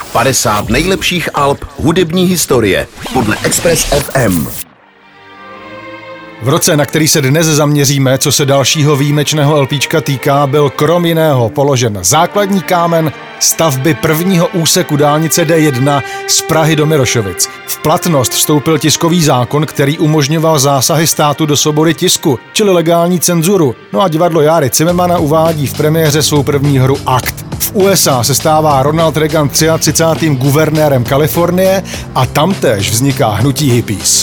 50 nejlepších alb hudební historie podle Express FM. V roce, na který se dnes zaměříme, co se dalšího výjimečného LPčka týká, byl krom jiného položen základní kámen stavby prvního úseku dálnice D1 z Prahy do Mirošovic. V platnost vstoupil tiskový zákon, který umožňoval zásahy státu do svobody tisku, čili legální cenzuru. No a divadlo Járy Cimrmana uvádí v premiéře svou první hru Akt. V USA se stává Ronald Reagan 33. guvernérem Kalifornie a tamtéž vzniká hnutí hippies.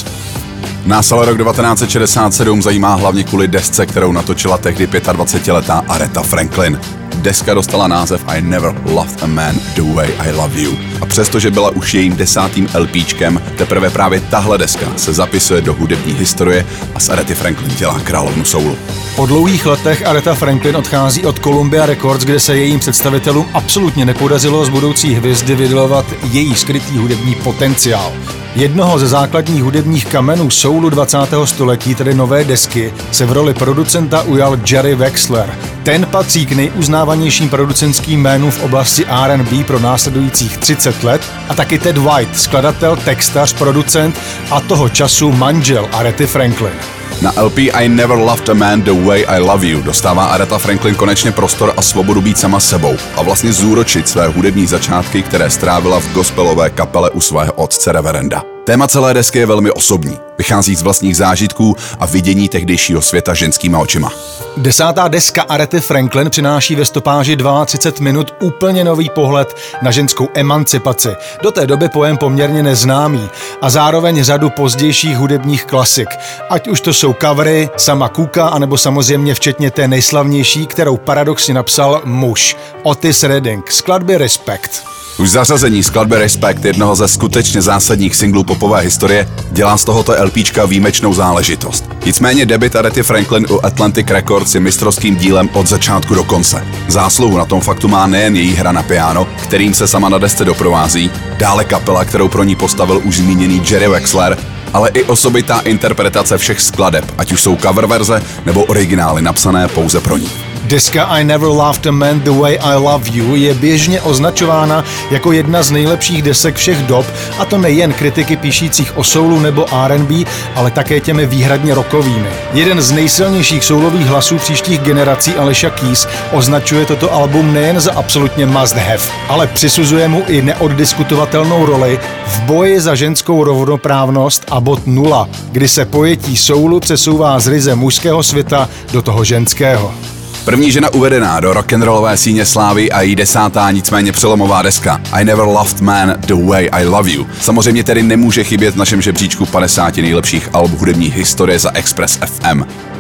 Nás ale rok 1967 zajímá hlavně kvůli desce, kterou natočila tehdy 25letá Aretha Franklin. Deska dostala název I Never Loved a Man the Way I Love You. A přestože byla už jejím 10. LPčkem, teprve právě tahle deska se zapisuje do hudební historie a z Arethy Franklin dělá královnu soulu. Po dlouhých letech Aretha Franklin odchází od Columbia Records, kde se jejím představitelům absolutně nepodařilo z budoucí hvězdy vydolovat její skrytý hudební potenciál. Jednoho ze základních hudebních kamenů soulu 20. století, tedy nové desky, se v roli producenta ujal Jerry Wexler. Ten patří k nejuznávanějším producentským jménům v oblasti R&B pro následujících 30 let a taky Ted White, skladatel, textař, producent a toho času manžel Arethy Franklin. Na LP I Never Loved a Man the Way I Love You dostává Aretha Franklin konečně prostor a svobodu být sama sebou a vlastně zúročit své hudební začátky, které strávila v gospelové kapele u svého otce reverenda. Téma celé desky je velmi osobní. Vychází z vlastních zážitků a vidění tehdejšího světa ženskýma očima. 10. deska Arethy Franklin přináší ve stopáži 32 minut úplně nový pohled na ženskou emancipaci. Do té doby pojem poměrně neznámý a zároveň řadu pozdějších hudebních klasik. Ať už to jsou covery, sama Cooka, anebo samozřejmě včetně té nejslavnější, kterou paradoxně napsal muž, Otis Redding, skladby Respect. Už zařazení skladby Respect, jednoho ze skutečně zásadních singlů popové historie, dělá z tohoto LPčka výjimečnou záležitost. Nicméně debut Arethy Franklin u Atlantic Records je mistrovským dílem od začátku do konce. Zásluhu na tom faktu má nejen její hra na piano, kterým se sama na desce doprovází, dále kapela, kterou pro ní postavil už zmíněný Jerry Wexler, ale i osobitá interpretace všech skladeb, ať už jsou cover verze nebo originály napsané pouze pro ní. Deska I Never Loved a Man the Way I Love You je běžně označována jako jedna z nejlepších desek všech dob, a to nejen kritiky píšících o soulu nebo R&B, ale také těmi výhradně rockovými. Jeden z nejsilnějších soulových hlasů příštích generací, Alicia Keys, označuje toto album nejen za absolutně must have, ale přisuzuje mu i neoddiskutovatelnou roli v boji za ženskou rovnoprávnost a bod 0, kdy se pojetí soulu přesouvá z ryze mužského světa do toho ženského. První žena uvedená do rock'n'rollové síně slávy a její 10. nicméně přelomová deska I Never Loved Man the Way I Love You samozřejmě tedy nemůže chybět v našem žebříčku 50 nejlepších alb hudební historie za Express FM.